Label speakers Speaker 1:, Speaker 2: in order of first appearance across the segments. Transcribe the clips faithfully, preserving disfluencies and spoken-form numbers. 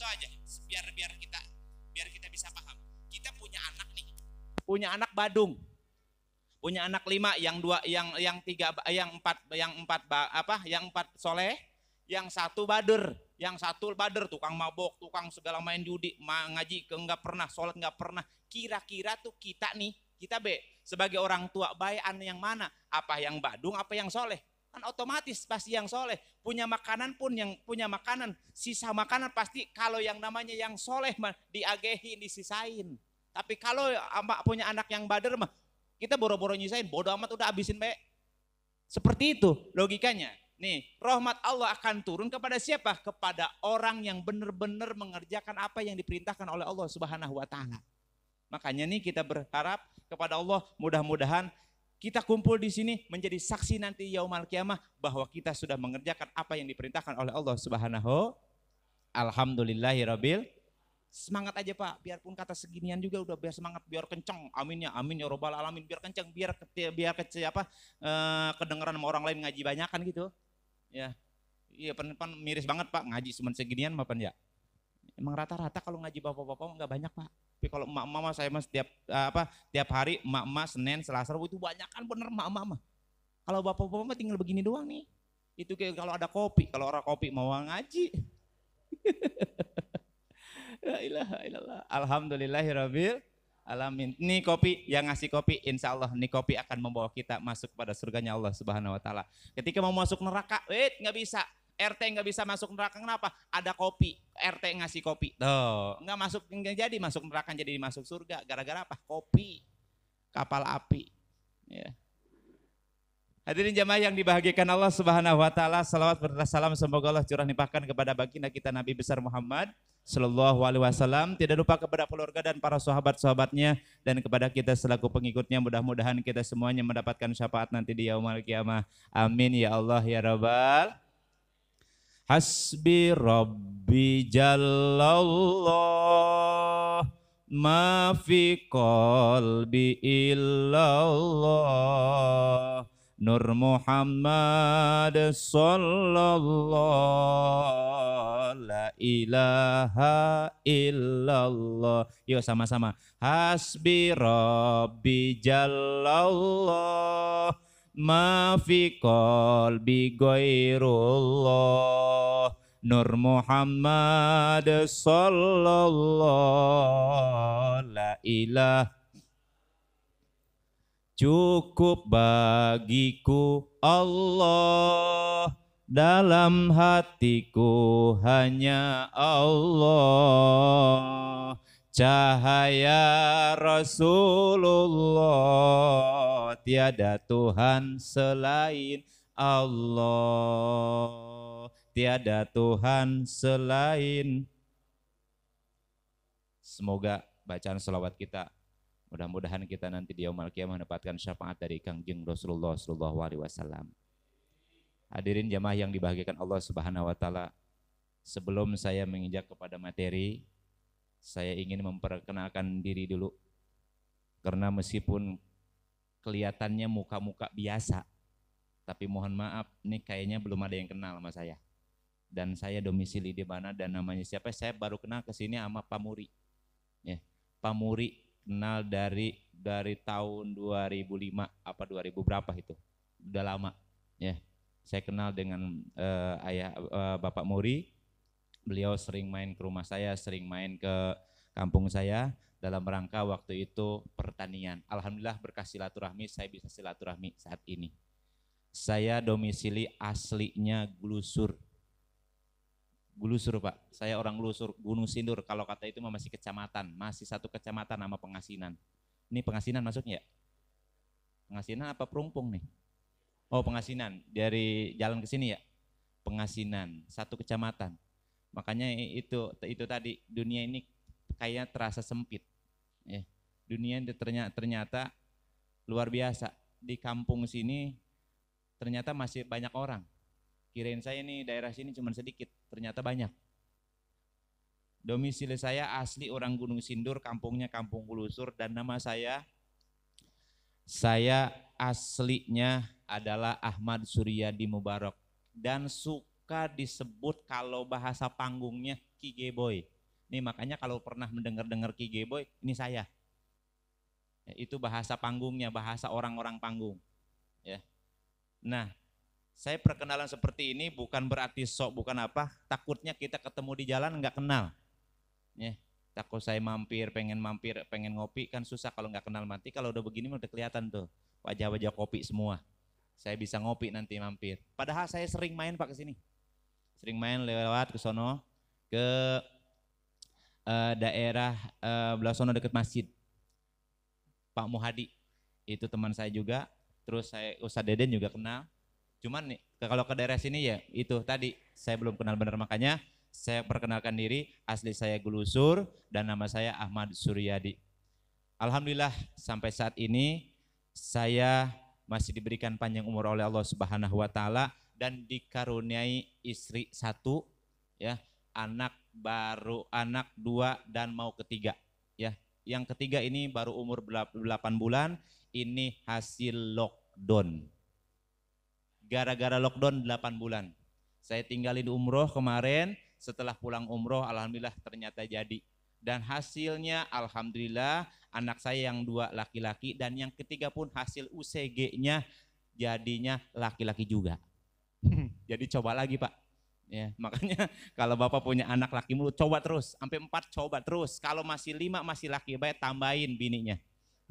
Speaker 1: aja biar biar kita biar kita bisa paham. Kita punya anak nih. Punya anak badung. Punya anak lima, yang dua, yang yang tiga, yang empat, yang empat apa? Yang empat soleh, yang satu bader, yang satu bader tukang mabok, tukang segala main judi, ngaji ke nggak pernah, sholat nggak pernah. Kira-kira tuh kita nih, kita be sebagai orang tua bayan yang mana? Apa yang badung, apa yang soleh? Kan otomatis pasti yang soleh. Punya makanan pun yang punya makanan, sisa makanan pasti kalau yang namanya yang soleh mah diagehi, disisain. Tapi kalau punya anak yang bader mah kita boro-boro nyisain, bodoh amat udah abisin be. Seperti itu logikanya. Nih, rahmat Allah akan turun kepada siapa? Kepada orang yang benar-benar mengerjakan apa yang diperintahkan oleh Allah Subhanahu wa taala. Makanya nih kita berharap kepada Allah, mudah-mudahan kita kumpul di sini menjadi saksi nanti yaumul kiamah bahwa kita sudah mengerjakan apa yang diperintahkan oleh Allah Subhanahu. Alhamdulillahirabbil. Semangat aja Pak, biarpun kata seginian juga udah biar semangat, biar kenceng, amin ya, amin ya robbal alamin, biar kenceng, biar biar kecil apa eh, kedengeran sama orang lain ngaji banyakan gitu, ya, iya pen, pen miris banget Pak ngaji cuma seginian mapan ya, emang rata-rata kalau ngaji bapak-bapak nggak banyak Pak, tapi kalau emak-emak saya mas setiap apa tiap hari emak-emak Senin Selasa itu banyak kan bener emak-emak, kalau bapak-bapak tinggal begini doang nih, itu kayak kalau ada kopi, kalau orang kopi mau ngaji. La ilaha illallah. Alhamdulillahirabbil alamin. Ini kopi yang ngasih kopi, insya Allah ini kopi akan membawa kita masuk pada surganya Allah Subhanahu wa taala. Ketika mau masuk neraka, eh nggak bisa. R T nggak bisa masuk neraka, kenapa? Ada kopi, R T ngasih kopi. Tuh, nggak masuk, nggak jadi masuk neraka, jadi masuk surga. Gara-gara apa? Kopi, kapal api. Ya. Hadirin jamaah yang dibahagiakan Allah Subhanahu wa taala, salawat serta salam semoga Allah curah limpahkan kepada baginda kita Nabi besar Muhammad sallallahu alaihi wasallam, tidak lupa kepada keluarga dan para sahabat-sahabatnya dan kepada kita selaku pengikutnya, mudah-mudahan kita semuanya mendapatkan syafaat nanti di yaumul kiamah. Amin ya Allah ya rabbal. Hasbi rabbi jallallah ma fi qalbi illallah Nur Muhammad sallallahu la ilaha illallah. Yuk sama-sama. Hasbi rabbi jallallah ma fi qalbi ghairullah Nur Muhammad sallallahu la ilaha. Cukup bagiku Allah, dalam hatiku hanya Allah, cahaya Rasulullah, tiada Tuhan selain Allah, tiada Tuhan selain. Semoga bacaan selawat kita, mudah-mudahan kita nanti di yaumul qiyamah mendapatkan syafaat dari Kangjeng Rasulullah sallallahu alaihi wasallam. Hadirin jamaah yang dibahagiakan Allah Subhanahu wa taala, sebelum saya menginjak kepada materi, saya ingin memperkenalkan diri dulu. Karena meskipun kelihatannya muka-muka biasa, tapi mohon maaf, ini kayaknya belum ada yang kenal sama saya. Dan saya domisili di mana dan namanya siapa? Saya baru kenal ke sini sama Pak Muri. Ya, Pak Muri kenal dari dari tahun dua ribu lima apa dua ribu berapa itu, udah lama ya. Saya kenal dengan uh, ayah uh, Bapak Muri, beliau sering main ke rumah saya, sering main ke kampung saya dalam rangka waktu itu pertanian. Alhamdulillah berkah silaturahmi saya bisa silaturahmi saat ini. Saya domisili aslinya Glusur. Glusur Pak, saya orang Glusur, Gunung Sindur, kalau kata itu masih kecamatan, masih satu kecamatan nama Pengasinan. Ini Pengasinan masuknya ya? Pengasinan apa Perumpung nih? Oh Pengasinan, dari jalan ke sini ya? Pengasinan, satu kecamatan. Makanya itu itu tadi, dunia ini kayaknya terasa sempit. Ya, dunia ternyata, ternyata luar biasa, di kampung sini ternyata masih banyak orang. Kirain saya nih daerah sini cuma sedikit, ternyata banyak. Domisili saya asli orang Gunung Sindur, kampungnya Kampung Glusur, dan nama saya, saya aslinya adalah Ahmad Suryadi Mubarak dan suka disebut kalau bahasa panggungnya Kige Boy. Nih makanya kalau pernah mendengar-dengar Ki Geboy, ini saya. Ya, itu bahasa panggungnya, bahasa orang-orang panggung. Ya. Nah, saya perkenalan seperti ini bukan berarti sok, bukan apa. Takutnya kita ketemu di jalan nggak kenal. Ya. Takut saya mampir, pengen mampir, pengen ngopi kan susah kalau nggak kenal mati. Kalau udah begini udah kelihatan tuh wajah-wajah kopi semua. Saya bisa ngopi nanti mampir. Padahal saya sering main Pak ke sini. Sering main lewat ke sono ke uh, daerah uh, belah sono dekat masjid. Pak Muhadi itu teman saya juga. Terus saya Ustadz Deden juga kenal. Cuman nih kalau ke daerah sini ya itu tadi saya belum kenal benar, makanya saya perkenalkan diri, asli saya Gulusur dan nama saya Ahmad Suryadi. Alhamdulillah sampai saat ini saya masih diberikan panjang umur oleh Allah Subhanahu wa taala dan dikaruniai istri satu, ya, anak baru, anak dua dan mau ketiga, ya. Yang ketiga ini baru umur delapan bulan, ini hasil lockdown. Gara-gara lockdown delapan bulan. Saya tinggalin umroh kemarin. Setelah pulang umroh, alhamdulillah ternyata jadi. Dan hasilnya alhamdulillah anak saya yang dua laki-laki dan yang ketiga pun hasil U C G-nya jadinya laki-laki juga. Jadi coba lagi Pak. Ya, makanya kalau Bapak punya anak laki mulu, coba terus. Sampai empat coba terus. Kalau masih lima masih laki, baik tambahin bininya.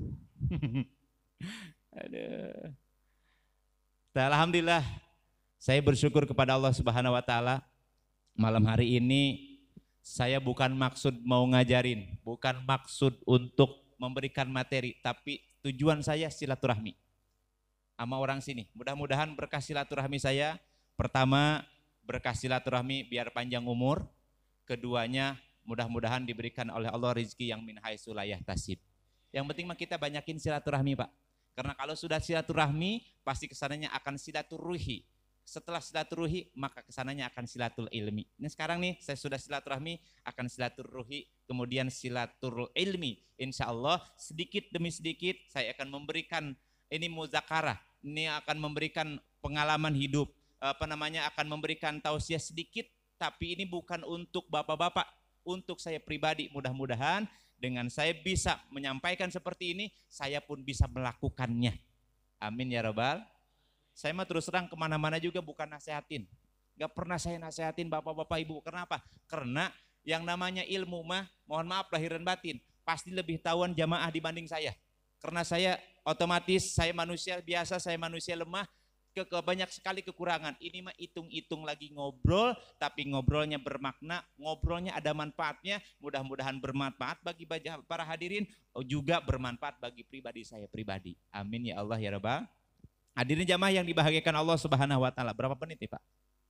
Speaker 1: Aduh. Alhamdulillah saya bersyukur kepada Allah Subhanahu wa taala. Malam hari ini saya bukan maksud mau ngajarin, bukan maksud untuk memberikan materi, tapi tujuan saya silaturahmi sama orang sini. Mudah-mudahan berkah silaturahmi saya, pertama berkah silaturahmi biar panjang umur, keduanya mudah-mudahan diberikan oleh Allah rezeki yang min haitsu la yahtasib. Yang penting mah kita banyakin silaturahmi Pak, karena kalau sudah silaturahmi pasti kesananya akan silaturruhi. Setelah silaturahmi maka kesananya akan silatul ilmi. Ini sekarang nih saya sudah silaturahmi akan silaturruhi, kemudian silatul ilmi. Insya Allah sedikit demi sedikit saya akan memberikan ini muzakarah, ini akan memberikan pengalaman hidup, apa namanya akan memberikan tausiah sedikit, tapi ini bukan untuk bapak-bapak, untuk saya pribadi. Mudah-mudahan dengan saya bisa menyampaikan seperti ini, saya pun bisa melakukannya. Amin ya Rabbal. Saya mah terus terang kemana-mana juga bukan nasehatin. Gak pernah saya nasehatin bapak-bapak ibu. Kenapa? Karena yang namanya ilmu mah, mohon maaf lahir dan batin, pasti lebih tahuan jamaah dibanding saya. Karena saya otomatis, saya manusia biasa, saya manusia lemah, ke, ke banyak sekali kekurangan. Ini mah hitung-hitung lagi ngobrol, tapi ngobrolnya bermakna, ngobrolnya ada manfaatnya, mudah-mudahan bermanfaat bagi para hadirin, juga bermanfaat bagi pribadi saya pribadi. Amin ya Allah ya Rabbal. Hadirin jamaah yang dibahagiakan Allah Subhanahu wa taala. Berapa menit nih Pak?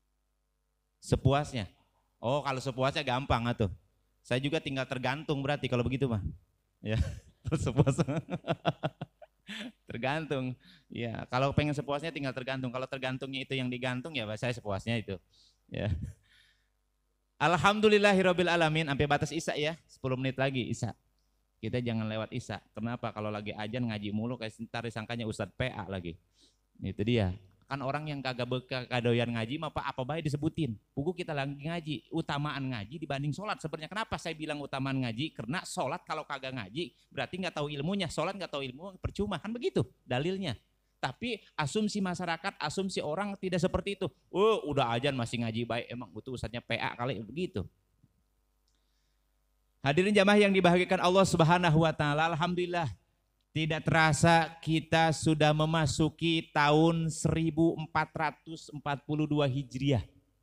Speaker 1: Sepuasnya. Oh, kalau sepuasnya gampang atuh. Saya juga tinggal tergantung berarti kalau begitu mah. Ya, sepuasnya. Tergantung. Ya, kalau pengen sepuasnya tinggal tergantung. Kalau tergantungnya itu yang digantung ya saya sepuasnya itu. Ya. Alhamdulillahirabbil alamin, sampai batas Isya ya. sepuluh menit lagi Isya. Kita jangan lewat Isya. Kenapa? Kalau lagi ajan ngaji mulu kayak ntar disangkanya Ustadz P A lagi. Itu dia. Kan orang yang kagak beka kadoyan ngaji mah apa baik disebutin. Pugu kita lagi ngaji, utamaan ngaji dibanding sholat. Sebenarnya kenapa saya bilang utamaan ngaji? Karena sholat kalau kagak ngaji berarti nggak tahu ilmunya. Sholat nggak tahu ilmu percuma, kan begitu dalilnya. Tapi asumsi masyarakat, asumsi orang tidak seperti itu. Oh udah ajan masih ngaji baik, emang itu ustadznya P A kali begitu. Hadirin jamaah yang dibahagiakan Allah Subhanahu wa taala, alhamdulillah tidak terasa kita sudah memasuki tahun seribu empat ratus empat puluh dua Hijriah.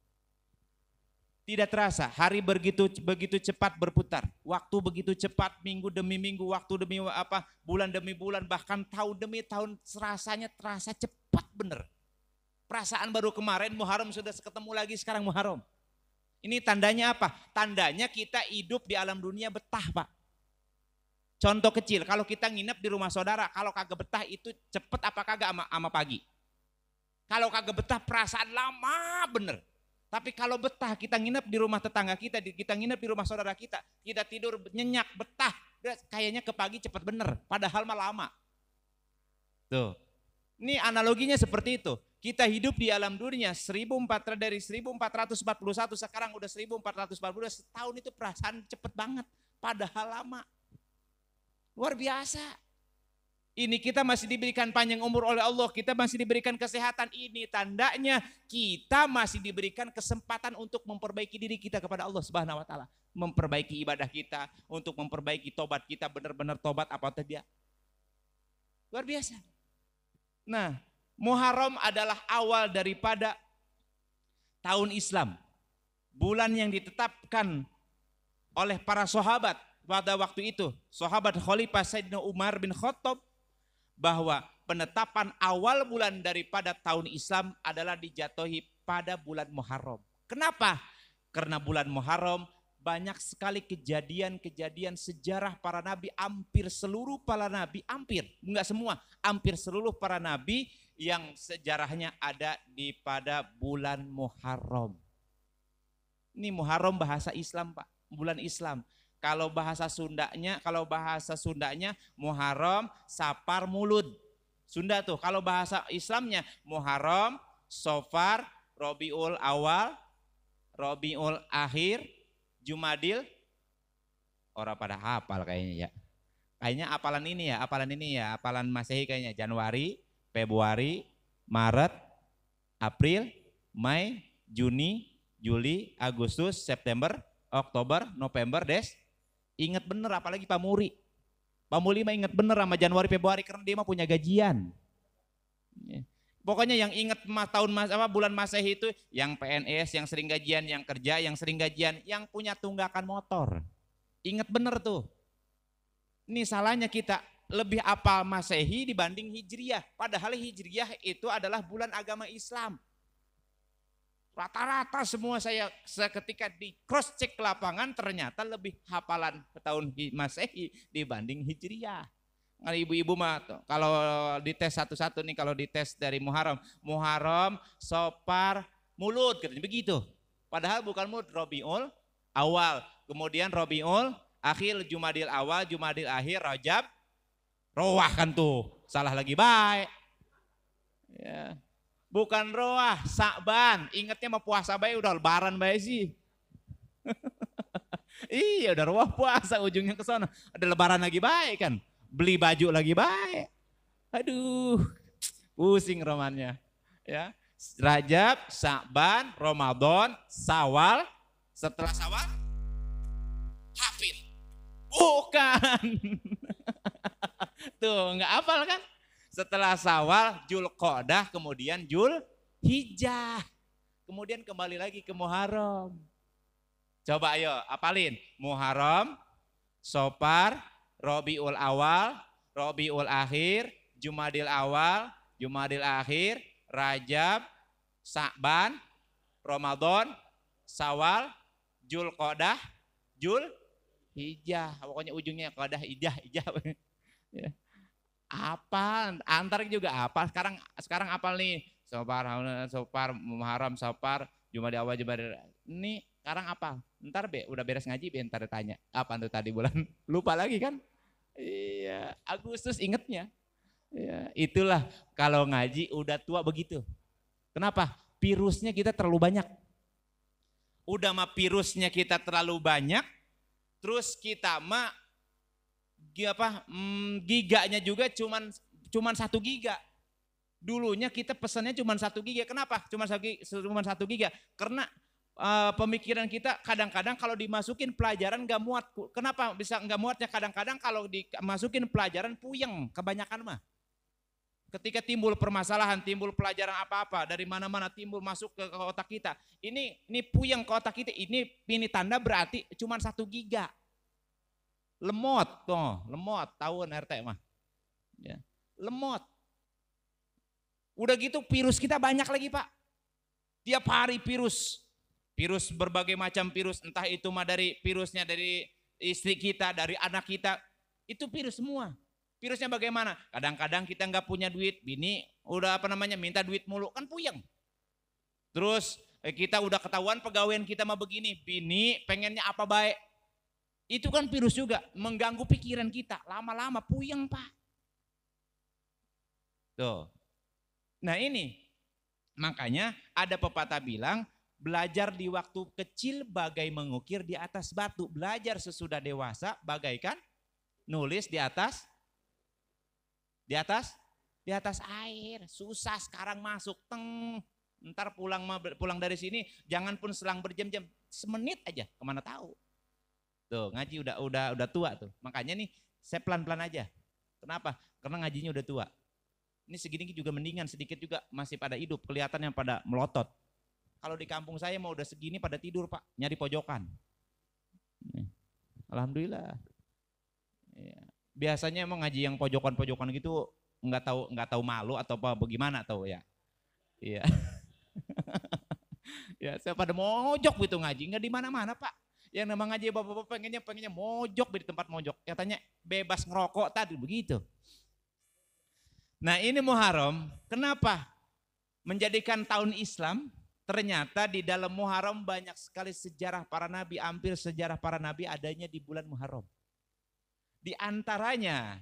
Speaker 1: Tidak terasa, hari begitu begitu cepat berputar, waktu begitu cepat, minggu demi minggu, waktu demi apa, bulan demi bulan, bahkan tahun demi tahun, rasanya terasa cepat bener. Perasaan baru kemarin Muharram sudah ketemu lagi sekarang Muharram. Ini tandanya apa? Tandanya kita hidup di alam dunia betah Pak. Contoh kecil, kalau kita nginep di rumah saudara, kalau kagak betah itu cepet apa kagak ama, ama pagi. Kalau kagak betah perasaan lama bener. Tapi kalau betah kita nginep di rumah tetangga kita, kita nginep di rumah saudara kita, kita tidur nyenyak, betah, kayaknya ke pagi cepet bener, padahal mah lama. Tuh, ini analoginya seperti itu. Kita hidup di alam dunia seribu empat ratus dari seribu empat ratus empat puluh satu sekarang udah seribu empat ratus empat puluh dua, setahun itu perasaan cepet banget, padahal lama. Luar biasa. Ini kita masih diberikan panjang umur oleh Allah, kita masih diberikan kesehatan, ini tandanya kita masih diberikan kesempatan untuk memperbaiki diri kita kepada Allah Subhanahu wa taala, memperbaiki ibadah kita, untuk memperbaiki tobat kita, benar-benar tobat apa tidak. Luar biasa. Nah, Muharram adalah awal daripada tahun Islam. Bulan yang ditetapkan oleh para sahabat pada waktu itu. Sahabat Khalifah Sayyidina Umar bin Khattab, bahwa penetapan awal bulan daripada tahun Islam adalah dijatuhi pada bulan Muharram. Kenapa? Karena bulan Muharram banyak sekali kejadian-kejadian sejarah para nabi, hampir seluruh para nabi, hampir, enggak semua, hampir seluruh para nabi yang sejarahnya ada di pada bulan Muharram. Ini Muharram bahasa Islam, Pak, bulan Islam. Kalau bahasa Sundanya, kalau bahasa Sundanya Muharram, Safar, Mulud. Sunda tuh. Kalau bahasa Islamnya Muharram, Safar, Rabiul Awal, Rabiul Akhir, Jumadil, orang pada hafal kayaknya ya. Kayaknya apalan ini ya, apalan ini ya, apalan Masehi kayaknya. Januari, Februari, Maret, April, Mei, Juni, Juli, Agustus, September, Oktober, November, Des. Ingat bener, apalagi Pak Muri. Pak Muri mah ingat bener sama Januari, Februari, karena dia mah punya gajian. Pokoknya yang ingat tahun mas, apa, bulan Masehi itu yang P N S, yang sering gajian, yang kerja, yang sering gajian, yang punya tunggakan motor. Ingat bener tuh. Ini salahnya kita lebih apal Masehi dibanding Hijriyah. Padahal Hijriyah itu adalah bulan agama Islam. Rata-rata semua saya ketika di cross check lapangan ternyata lebih hafalan tahun Masehi dibanding Hijriyah. Kalau ibu-ibu mah kalau dites satu-satu nih, kalau dites dari Muharram, Muharram, Safar, Mulud, katanya begitu. Padahal bukan Mulud, Rabiul Awal, kemudian Rabiul Akhir, Jumadil Awal, Jumadil Akhir, Rajab, Rowah kan tuh, salah lagi baik. Ya. Bukan Roah, Sa'ban, ingatnya mau puasa baik, udah lebaran baik sih. Iya udah Roah puasa, ujungnya ke sana, ada lebaran lagi baik kan. Beli baju lagi baik. Aduh, pusing romannya. Ya, Rajab, Sa'ban, Ramadan, Sawal, setelah Sawal, Hafid. Bukan. Tuh, nggak hafal kan? Setelah Sawal, Julqa'dah, kemudian Julhijjah. Kemudian kembali lagi ke Muharram. Coba ayo, apalin. Muharram, Safar, Rabiul Awal, Rabiul Akhir, Jumadil Awal, Jumadil Akhir, Rajab, Sa'ban, Ramadan, Sawal, Julqa'dah, Julhijjah. Pokoknya ujungnya Qadah, Ijah, Ijah. Ya. Apa? Antar juga apa? Sekarang sekarang apal nih? Safar, Safar, Muharram, Safar, Jumadil Awal, Jumadil. Ini sekarang apa? Ntar be, udah beres ngaji, be ntar ditanya. Apa tuh tadi bulan? Lupa lagi kan? Iya, Agustus ingetnya. Ya, itulah kalau ngaji udah tua begitu. Kenapa? Virusnya kita terlalu banyak. Udah mah virusnya kita terlalu banyak, terus kita mah apa? Hmm, giganya juga cuman cuman satu giga. Dulunya kita pesannya cuman satu giga. Kenapa? Cuma satu cuman satu giga. Karena Uh, pemikiran kita kadang-kadang kalau dimasukin pelajaran gak muat. Kenapa bisa gak muatnya? Kadang-kadang kalau dimasukin pelajaran puyeng kebanyakan mah. Ketika timbul permasalahan, timbul pelajaran apa-apa dari mana-mana timbul masuk ke, ke otak kita. Ini ini puyeng ke otak kita. Ini ini tanda berarti cuma satu giga. Lemot tuh, lemot. Tahun R T mah. Ya. Lemot. Udah gitu virus kita banyak lagi Pak. Tiap hari virus. Virus berbagai macam virus, entah itu mah dari virusnya dari istri kita, dari anak kita, itu virus semua. Virusnya bagaimana? Kadang-kadang kita nggak punya duit, bini udah apa namanya minta duit mulu, kan puyeng. Terus kita udah ketahuan pegawaian kita mah begini, bini pengennya apa baik. Itu kan virus juga, mengganggu pikiran kita, lama-lama puyeng Pak. Tuh. Nah ini, Makanya ada pepatah bilang, belajar di waktu kecil bagai mengukir di atas batu. Belajar sesudah dewasa bagaikan nulis di atas, di atas, di atas air. Susah sekarang masuk, teng. Ntar pulang pulang dari sini, jangan pun selang berjam-jam, semenit aja, kemana tahu. Tuh ngaji udah udah udah tua tuh. Makanya nih saya pelan-pelan aja. Kenapa? Karena ngajinya udah tua. Ini segini juga mendingan, sedikit juga masih pada hidup, kelihatan yang pada melotot. Kalau di kampung saya mau udah segini pada tidur Pak, nyari pojokan. Alhamdulillah. Biasanya emang ngaji yang pojokan-pojokan gitu nggak tahu nggak tahu malu atau apa bagaimana tahu ya. Iya. Ya, saya pada mojok gitu ngaji, nggak di mana-mana Pak. Yang nama ngaji bapak-bapak pengennya pengennya mojok di tempat mojok. Katanya bebas ngerokok tadi begitu. Nah ini Muharram, kenapa menjadikan tahun Islam? Ternyata di dalam Muharram banyak sekali sejarah para nabi, hampir sejarah para nabi adanya di bulan Muharram. Di antaranya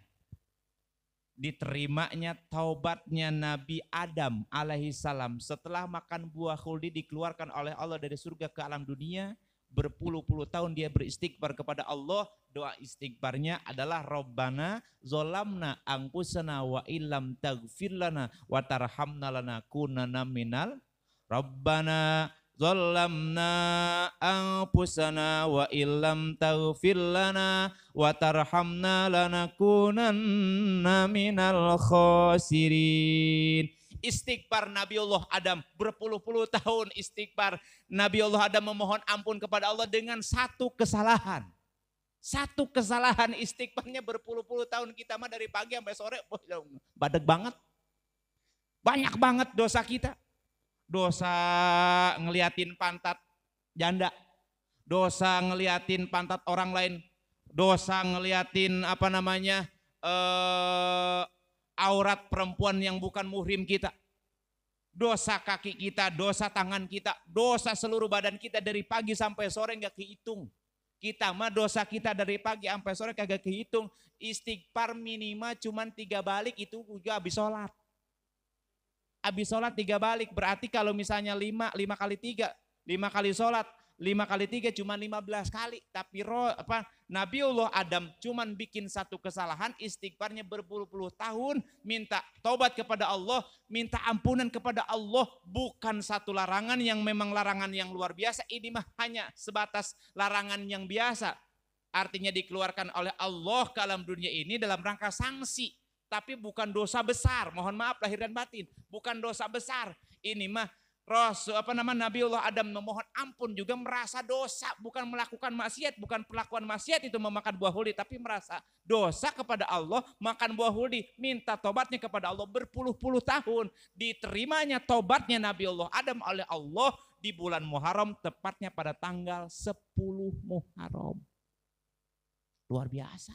Speaker 1: diterimanya taubatnya Nabi Adam alaihissalam setelah makan buah khuldi dikeluarkan oleh Allah dari surga ke alam dunia. Berpuluh-puluh tahun dia beristighfar kepada Allah. Doa istighfarnya adalah Rabbana zolamna angkusana wa illam taghfir lana wa tarhamna lanakunanna minal Rabbana zolamna angkusana wa illam taghfir lana wa tarhamna lanakunanna minal khasirin. Istighfar Nabiullah Adam, berpuluh-puluh tahun istighfar Nabiullah Adam memohon ampun kepada Allah dengan satu kesalahan. Satu kesalahan istighfarnya berpuluh-puluh tahun, kita mah dari pagi sampai sore badek banget. Banyak banget dosa kita. Dosa ngeliatin pantat janda, dosa ngeliatin pantat orang lain, dosa ngeliatin apa namanya eh aurat perempuan yang bukan muhrim kita, dosa kaki kita, dosa tangan kita, dosa seluruh badan kita dari pagi sampai sore nggak kehitung. Kita mah dosa kita dari pagi sampai sore kagak kehitung. Istighfar minimal cuman tiga balik itu juga habis sholat. Habis sholat tiga balik, berarti kalau misalnya lima, lima kali tiga, lima kali sholat, lima kali tiga cuma lima belas kali. Tapi roh, apa, Nabiullah Adam cuman bikin satu kesalahan, istighfarnya berpuluh-puluh tahun, minta taubat kepada Allah, minta ampunan kepada Allah, bukan satu larangan yang memang larangan yang luar biasa, ini mah hanya sebatas larangan yang biasa. Artinya dikeluarkan oleh Allah ke alam dunia ini dalam rangka sanksi, tapi bukan dosa besar, mohon maaf lahir dan batin, bukan dosa besar. Ini mah Rasul apa nama Nabiullah Adam memohon ampun juga merasa dosa, bukan melakukan maksiat, bukan perlakuan maksiat itu memakan buah huldi, tapi merasa dosa kepada Allah, makan buah huldi, minta tobatnya kepada Allah berpuluh-puluh tahun. Diterimanya tobatnya Nabiullah Adam oleh Allah di bulan Muharram, tepatnya pada tanggal sepuluh Muharram. Luar biasa.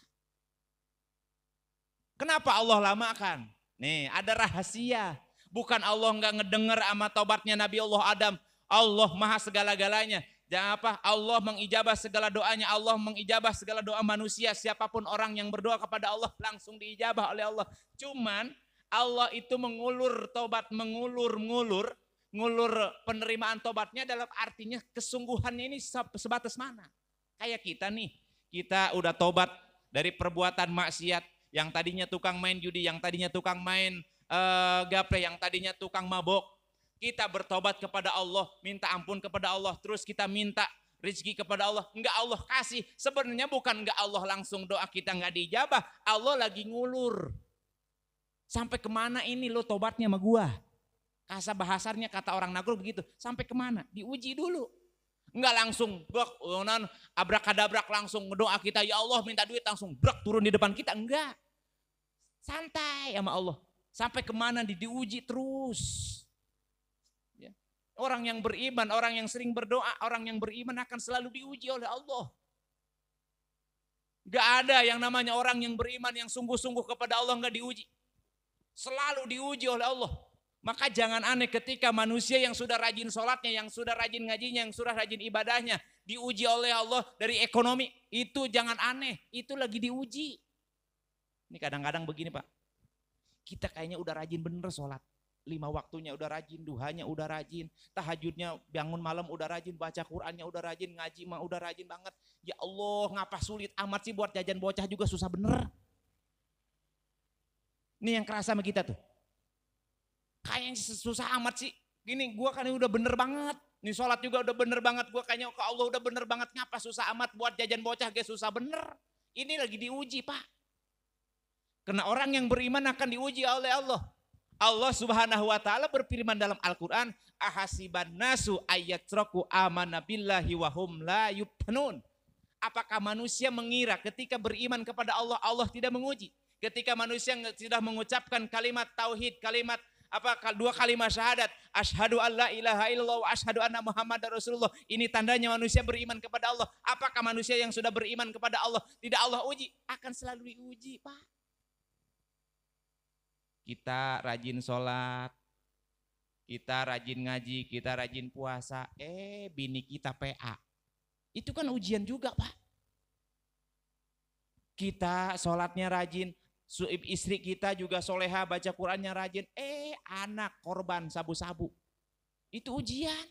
Speaker 1: Kenapa Allah lamakan? Nih ada rahasia. Bukan Allah nggak ngedenger sama tobatnya Nabi Allah Adam. Allah maha segala-galanya. Jangan apa? Allah mengijabah segala doanya. Allah mengijabah segala doa manusia. Siapapun orang yang berdoa kepada Allah langsung diijabah oleh Allah. Cuman Allah itu mengulur tobat, mengulur, mengulur, ngulur penerimaan tobatnya dalam artinya kesungguhannya ini sebatas mana? Kayak kita nih, kita udah tobat dari perbuatan maksiat. Yang tadinya tukang main judi, yang tadinya tukang main Uh, gapre, yang tadinya tukang mabok, kita bertobat kepada Allah, minta ampun kepada Allah, terus kita minta rezeki kepada Allah, enggak Allah kasih. Sebenarnya bukan enggak Allah langsung doa kita enggak dijabah, Allah lagi ngulur. Sampai kemana ini lo tobatnya sama gua? Kasa bahasanya kata orang Nagro begitu, sampai kemana? Diuji dulu. Enggak langsung brak, abrak-kadabrak langsung doa kita, ya Allah minta duit langsung brak turun di depan kita, enggak. Santai sama Allah. Sampai kemana di, diuji terus. Ya. Orang yang beriman, orang yang sering berdoa, orang yang beriman akan selalu diuji oleh Allah. Gak ada yang namanya orang yang beriman yang sungguh-sungguh kepada Allah gak diuji. Selalu diuji oleh Allah. Maka jangan aneh ketika manusia yang sudah rajin sholatnya, yang sudah rajin ngajinya, yang sudah rajin ibadahnya, diuji oleh Allah dari ekonomi. Itu jangan aneh, itu lagi diuji. Ini kadang-kadang begini Pak. Kita kayaknya udah rajin bener sholat. lima waktunya udah rajin, duhanya udah rajin, tahajudnya bangun malam udah rajin, baca Qurannya udah rajin, ngaji mah udah rajin banget. Ya Allah, ngapa sulit amat sih buat jajan bocah juga susah bener. Ini yang kerasa sama kita tuh. Kayaknya susah amat sih. Gini, gua kan udah bener banget. Nih sholat juga udah bener banget. Gua kayaknya ke Allah udah bener banget. Ngapa susah amat buat jajan bocah, guys, susah bener. Ini lagi diuji, Pak. Karena orang yang beriman akan diuji oleh Allah. Allah Subhanahu wa taala berfirman dalam Al-Qur'an, ahasiban nasu ayatraku amana billahi wa hum la yuftanun. Apakah manusia mengira ketika beriman kepada Allah, Allah tidak menguji? Ketika manusia sudah mengucapkan kalimat tauhid, kalimat apa dua kalimat syahadat, asyhadu alla ilaha illallah wa asyhadu anna muhammadar rasulullah. Ini tandanya manusia beriman kepada Allah. Apakah manusia yang sudah beriman kepada Allah tidak Allah uji? Akan selalu diuji, Pak. Kita rajin sholat, kita rajin ngaji, kita rajin puasa, eh bini kita P A. Itu kan ujian juga, Pak. Kita sholatnya rajin, istri kita juga soleha, baca Qurannya rajin, eh anak korban sabu-sabu. Itu ujian.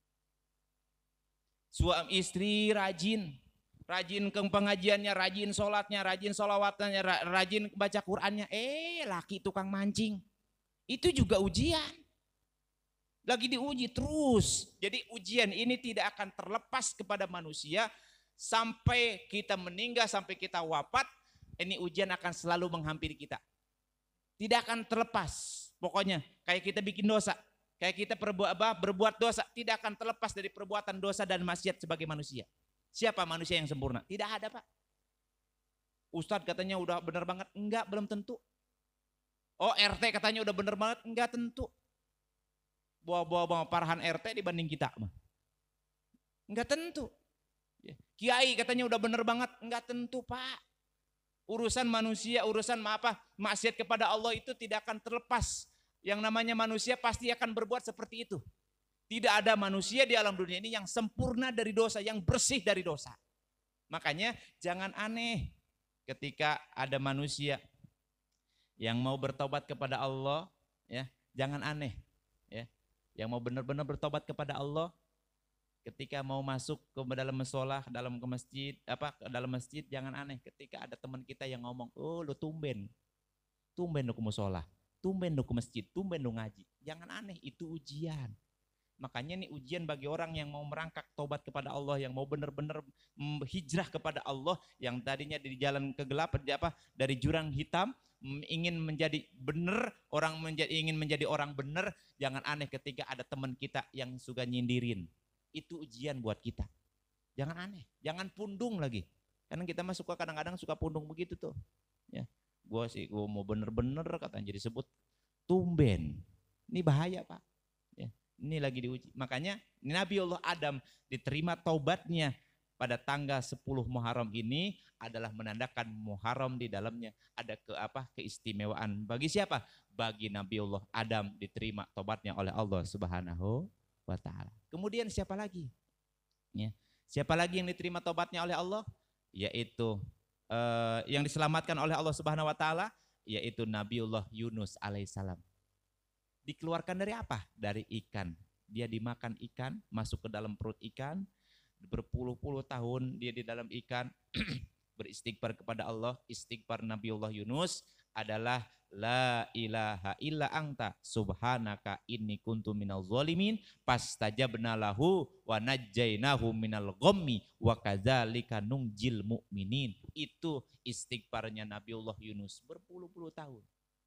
Speaker 1: Suami istri rajin, rajin ke pengajiannya, rajin sholatnya, rajin sholawatnya, rajin baca Qurannya, eh laki tukang mancing. Itu juga ujian. Lagi diuji terus. Jadi ujian ini tidak akan terlepas kepada manusia sampai kita meninggal, sampai kita wafat. Ini ujian akan selalu menghampiri kita. Tidak akan terlepas. Pokoknya kayak kita bikin dosa, kayak kita berbuat, berbuat dosa, tidak akan terlepas dari perbuatan dosa dan maksiat sebagai manusia. Siapa manusia yang sempurna? Tidak ada, Pak. Ustadz katanya udah benar banget. Enggak, belum tentu. Oh, R T katanya udah benar banget. Enggak tentu. Bawa-bawa parahan R T dibanding kita. Enggak tentu. Kiai katanya udah benar banget. Enggak tentu, Pak. Urusan manusia, urusan apa, maksiat kepada Allah itu tidak akan terlepas. Yang namanya manusia pasti akan berbuat seperti itu. Tidak ada manusia di alam dunia ini yang sempurna dari dosa, yang bersih dari dosa. Makanya jangan aneh ketika ada manusia yang mau bertobat kepada Allah, ya, jangan aneh, ya. Yang mau benar-benar bertobat kepada Allah, ketika mau masuk ke dalam musola, dalam ke masjid, apa ke dalam masjid, jangan aneh ketika ada teman kita yang ngomong, "Oh, lu tumben. Tumben lu ke musola, tumben lu ke masjid, tumben lu ngaji." Jangan aneh, itu ujian. Makanya ini ujian bagi orang yang mau merangkak tobat kepada Allah, yang mau benar-benar hijrah kepada Allah, yang tadinya di jalan kegelapan, apa dari jurang hitam, ingin menjadi benar, orang menjadi ingin menjadi orang benar. Jangan aneh ketika ada teman kita yang suka nyindirin. Itu ujian buat kita. Jangan aneh, jangan pundung lagi. Karena kita mah suka kadang-kadang suka pundung begitu tuh. Ya, gua sih gua mau bener-bener katanya jadi sebut tumben. Ini bahaya, Pak. Ya, ini lagi diuji. Makanya Nabi Allah Adam diterima taubatnya pada tanggal sepuluh Muharram ini adalah menandakan Muharram di dalamnya ada ke apa keistimewaan. Bagi siapa? Bagi Nabi Allah Adam diterima taubatnya oleh Allah Subhanahu wa taala. Kemudian siapa lagi? Ya. Siapa lagi yang diterima taubatnya oleh Allah? Yaitu eh, yang diselamatkan oleh Allah Subhanahu wa taala, yaitu Nabiullah Yunus alaihissalam. Dikeluarkan dari apa? Dari ikan. Dia dimakan ikan, masuk ke dalam perut ikan, berpuluh-puluh tahun dia di dalam ikan, beristighfar kepada Allah. Istighfar Nabiullah Yunus adalah la ilaha illa anta subhanaka inni kuntu minal zalimin fastajabna lahu wa najjainahu minal ghammi wa kadzalika nunjil mu'minin. Itu istighfarnya Nabiullah Yunus berpuluh-puluh tahun.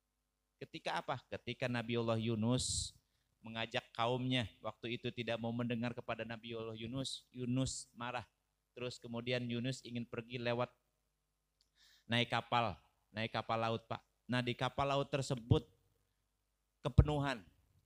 Speaker 1: Ketika apa? Ketika Nabiullah Yunus mengajak kaumnya, waktu itu tidak mau mendengar kepada Nabiullah Yunus, Yunus marah. Terus kemudian Yunus ingin pergi lewat naik kapal, naik kapal laut, Pak. Nah, di kapal laut tersebut kepenuhan.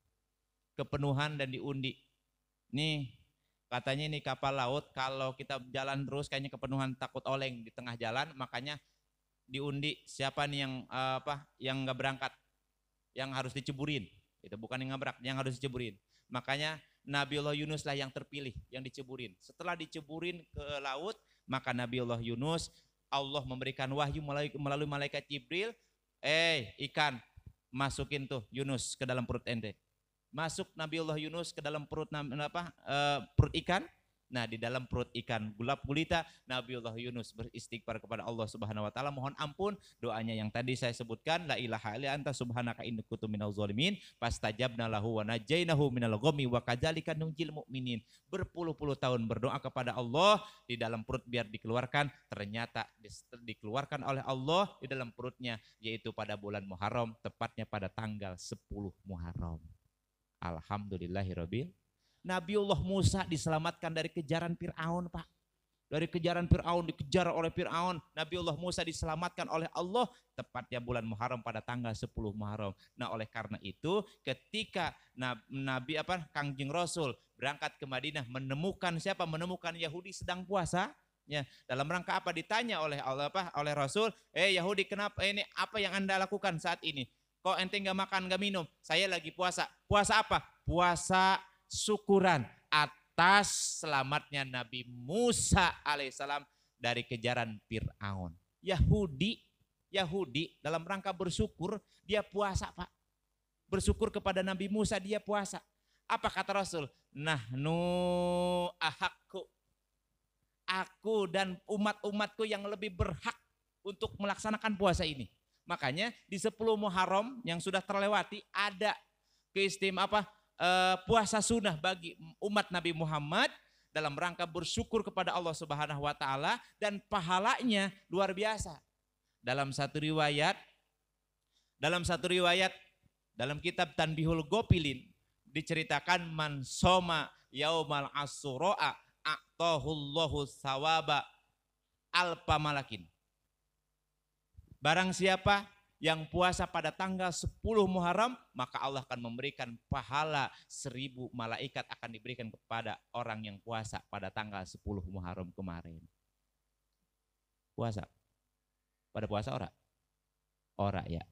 Speaker 1: Kepenuhan dan diundi. Nih, katanya ini kapal laut kalau kita jalan terus kayaknya kepenuhan, takut oleng di tengah jalan, makanya diundi siapa nih yang uh, apa? Yang enggak berangkat, yang harus diceburin. Itu bukan yang ngabrak, yang harus diceburin. Makanya Nabiullah Yunus lah yang terpilih, yang diceburin. Setelah diceburin ke laut, maka Nabiullah Yunus, Allah memberikan wahyu melalui, melalui malaikat Jibril, eh ikan, masukin tuh Yunus ke dalam perut ente. Masuk Nabiullah Yunus ke dalam perut apa? Uh, perut ikan. Nah, di dalam perut ikan gulap gulita, Nabiullah Yunus beristighfar kepada Allah Subhanahu wa taala, mohon ampun. Doanya yang tadi saya sebutkan, la ilaha illa anta subhanaka inni kuntu minaz zalimin, fastajabna lahu wa najainahu minal ghammi wa kadzalika nunjil mu'minin. Berpuluh-puluh tahun berdoa kepada Allah di dalam perut biar dikeluarkan, ternyata dikeluarkan oleh Allah di dalam perutnya, yaitu pada bulan Muharram, tepatnya pada tanggal sepuluh Muharram. Alhamdulillahirabbil. Nabiullah Musa diselamatkan dari kejaran Fir'aun, Pak. Dari kejaran Fir'aun, dikejar oleh Fir'aun. Nabiullah Musa diselamatkan oleh Allah tepatnya bulan Muharram pada tanggal sepuluh Muharram. Nah, oleh karena itu ketika Nabi apa Kangjeng Rasul berangkat ke Madinah menemukan siapa? Menemukan Yahudi sedang puasa. Ya, dalam rangka apa? Ditanya oleh Allah apa? Oleh Rasul, "Eh Yahudi, kenapa ini apa yang Anda lakukan saat ini? Kok ente enggak makan, enggak minum?" "Saya lagi puasa." "Puasa apa?" "Puasa syukuran atas selamatnya Nabi Musa alaihissalam dari kejaran Fir'aun." Yahudi, Yahudi dalam rangka bersyukur dia puasa, Pak. Bersyukur kepada Nabi Musa dia puasa. Apa kata Rasul? Nahnu ahakku. Aku dan umat-umatku yang lebih berhak untuk melaksanakan puasa ini. Makanya di sepuluh Muharram yang sudah terlewati ada keistimewaan apa? Uh, puasa sunnah bagi umat Nabi Muhammad dalam rangka bersyukur kepada Allah Subhanahu wa taala, dan pahalanya luar biasa. Dalam satu riwayat dalam satu riwayat dalam kitab Tanbihul Ghafilin diceritakan man soma yaumal asyura a'tahullahu thawaba alfa malakin. Barang siapa yang puasa pada tanggal sepuluh Muharram, maka Allah akan memberikan pahala seribu malaikat akan diberikan kepada orang yang puasa pada tanggal sepuluh Muharram kemarin. Puasa. Pada puasa ora? Ora ya.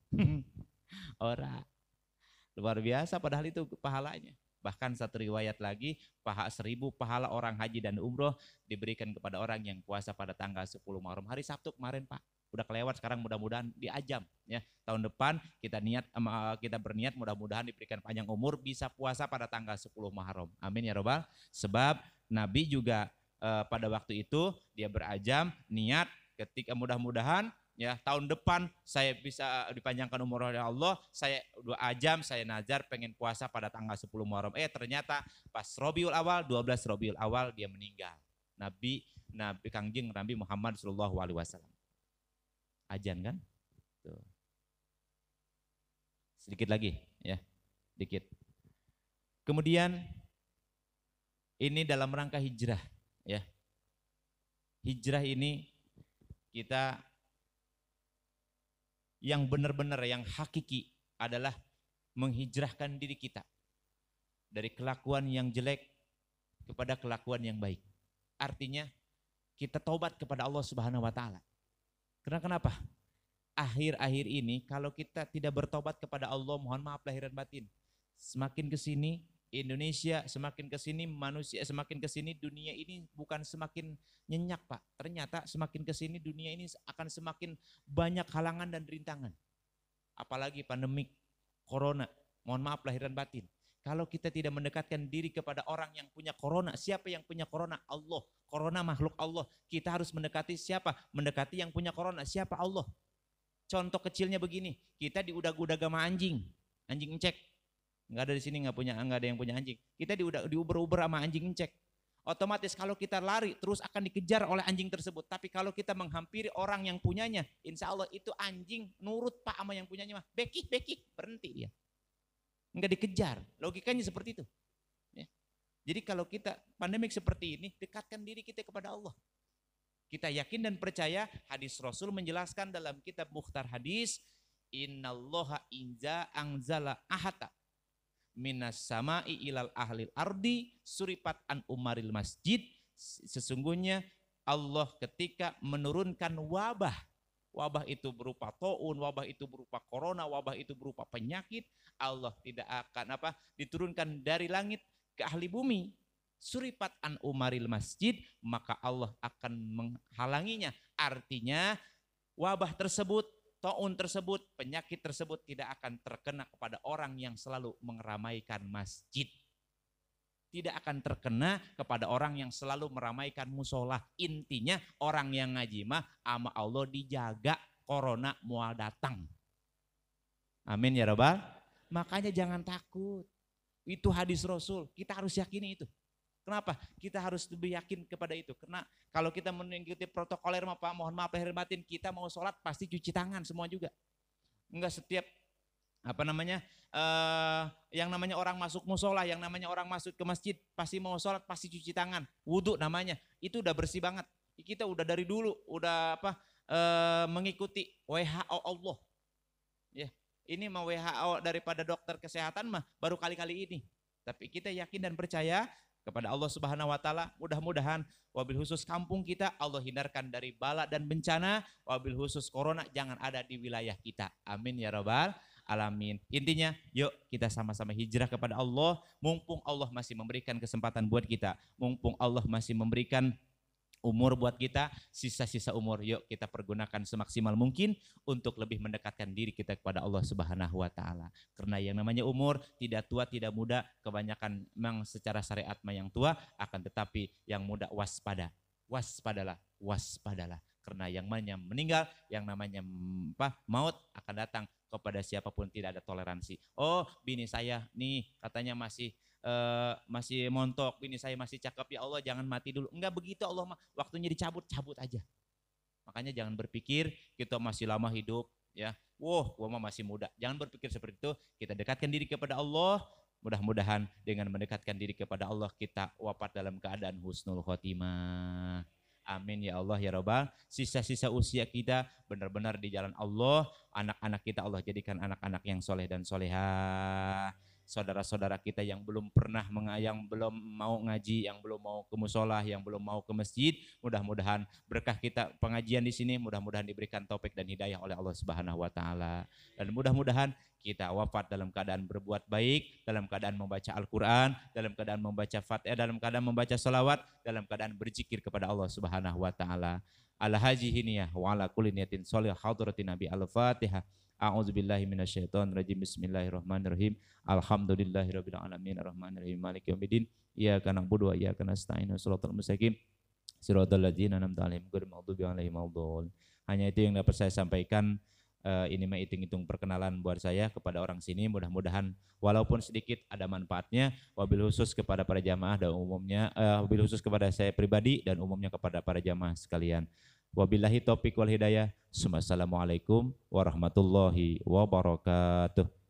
Speaker 1: Ora. Luar biasa padahal itu pahalanya. Bahkan satu riwayat lagi, pahala seribu pahala orang haji dan umroh diberikan kepada orang yang puasa pada tanggal sepuluh Muharram. Hari Sabtu kemarin, Pak. Udah kelewat, sekarang mudah-mudahan diajam ya. Tahun depan kita niat kita berniat mudah-mudahan diberikan panjang umur bisa puasa pada tanggal sepuluh Muharram. Amin ya robbal. Sebab Nabi juga eh, pada waktu itu dia berajam niat ketika mudah-mudahan ya tahun depan saya bisa dipanjangkan umur oleh Allah, saya dua ajam saya nazar pengen puasa pada tanggal sepuluh Muharram. Eh ternyata pas Rabiul Awal, dua belas Rabiul Awal dia meninggal. Nabi Nabi Kangjeng Nabi Muhammad sallallahu alaihi wasallam. Ajan kan? Tuh. Sedikit lagi ya, dikit. Kemudian ini dalam rangka hijrah ya. Hijrah ini kita yang benar-benar yang hakiki adalah menghijrahkan diri kita dari kelakuan yang jelek kepada kelakuan yang baik. Artinya kita taubat kepada Allah Subhanahu wa taala. Karena kenapa? Akhir-akhir ini kalau kita tidak bertobat kepada Allah, mohon maaf lahir dan batin, semakin ke sini Indonesia, semakin ke sini manusia, semakin ke sini dunia ini bukan semakin nyenyak, Pak. Ternyata semakin ke sini dunia ini akan semakin banyak halangan dan rintangan. Apalagi pandemik corona. Mohon maaf lahir dan batin. Kalau kita tidak mendekatkan diri kepada orang yang punya corona, siapa yang punya corona? Allah. Corona makhluk Allah. Kita harus mendekati siapa? Mendekati yang punya corona. Siapa? Allah. Contoh kecilnya begini, kita diudag-udag sama anjing. Anjing ngecek. Enggak ada di sini enggak punya enggak ada yang punya anjing. Kita diudag diuber-uber sama anjing ngecek. Otomatis kalau kita lari terus akan dikejar oleh anjing tersebut. Tapi kalau kita menghampiri orang yang punyanya, insya Allah itu anjing nurut Pak sama yang punyanya mah. Bekik, bekik, berhenti dia. Enggak dikejar, logikanya seperti itu ya. Jadi kalau kita pandemik seperti ini, dekatkan diri kita kepada Allah. Kita yakin dan percaya hadis Rasul menjelaskan dalam kitab Mukhtar Hadis, innallaha inza anzala ahata minas sama'i ilal ahlil ardi suripat an umaril masjid. Sesungguhnya Allah ketika menurunkan wabah, wabah itu berupa taun, wabah itu berupa corona, wabah itu berupa penyakit, Allah tidak akan apa diturunkan dari langit ke ahli bumi. Suripat an umaril masjid, maka Allah akan menghalanginya. Artinya wabah tersebut taun tersebut, penyakit tersebut tidak akan terkena kepada orang yang selalu meramaikan masjid. Tidak akan terkena kepada orang yang selalu meramaikan musola. Intinya orang yang ngaji mah sama Allah dijaga, corona mual datang. Amin ya Rabbal. Makanya jangan takut. Itu hadis Rasul, kita harus yakini itu. Kenapa? Kita harus lebih yakin kepada itu. Karena kalau kita mengikuti protokoler, Pak, mohon maaf lahir batin, kita mau sholat pasti cuci tangan semua juga. Enggak setiap apa namanya uh, yang namanya orang masuk musola, yang namanya orang masuk ke masjid pasti mau sholat pasti cuci tangan, wudhu namanya, itu udah bersih banget. Kita udah dari dulu udah apa uh, mengikuti W H O Allah. Ya, ini mah W H O daripada dokter kesehatan mah baru kali-kali ini. Tapi kita yakin dan percaya kepada Allah Subhanahu wa taala, mudah-mudahan wabil khusus kampung kita Allah hindarkan dari bala dan bencana, wabil khusus corona jangan ada di wilayah kita. Amin ya rabbal alamin. Intinya yuk kita sama-sama hijrah kepada Allah, mumpung Allah masih memberikan kesempatan buat kita, mumpung Allah masih memberikan umur buat kita, sisa-sisa umur yuk kita pergunakan semaksimal mungkin untuk lebih mendekatkan diri kita kepada Allah Subhanahu wa taala. Karena yang namanya umur tidak tua tidak muda, kebanyakan memang secara syariat mah yang tua, akan tetapi yang muda waspada. Waspadalah, waspadalah. Karena yang namanya meninggal, yang namanya apa, maut akan datang kepada siapapun, tidak ada toleransi. Oh, bini saya nih katanya masih Uh, masih montok, ini saya masih cakep, ya Allah jangan mati dulu. Enggak begitu Allah mah, waktunya dicabut, cabut aja. Makanya jangan berpikir kita masih lama hidup ya. Wah, gua mah masih muda. Jangan berpikir seperti itu. Kita dekatkan diri kepada Allah. Mudah-mudahan dengan mendekatkan diri kepada Allah kita wafat dalam keadaan husnul khotimah. Amin ya Allah ya Rabbal. Sisa-sisa usia kita benar-benar di jalan Allah. Anak-anak kita Allah jadikan anak-anak yang soleh dan solehah. Saudara-saudara kita yang belum pernah yang belum mau ngaji, yang belum mau ke musola, yang belum mau ke masjid, mudah-mudahan berkah kita pengajian di sini, mudah-mudahan diberikan taufik dan hidayah oleh Allah Subhanahu wa taala. Dan mudah-mudahan kita wafat dalam keadaan berbuat baik, dalam keadaan membaca Al-Qur'an, dalam keadaan membaca Fatihah, dalam keadaan membaca salawat, dalam keadaan berzikir kepada Allah Subhanahu wa taala. Al-haji hiniyah wa ala kulli niyatin sholih hadratin Nabi Al-Fatihah. A'udzubillahi minasyaitonirrajim. Bismillahirrahmanirrahim. Alhamdulillahirabbil alamin arrahmanirrahim maliki yaumiddin. Iyyaka na'budu wa iyyaka nasta'in. Shiratal mustaqim. Shiratal ladzina an'amta 'alaihim ghairil maghdubi 'alaihim waladdallin. Hanya itu yang dapat saya sampaikan. Uh, ini mah hitung-hitung perkenalan buat saya kepada orang sini. Mudah-mudahan walaupun sedikit ada manfaatnya. Wabil khusus kepada para jamaah dan umumnya, uh, wabil khusus kepada saya pribadi dan umumnya kepada para jamaah sekalian. Wabillahi taufiq wal hidayah. Assalamualaikum warahmatullahi wabarakatuh.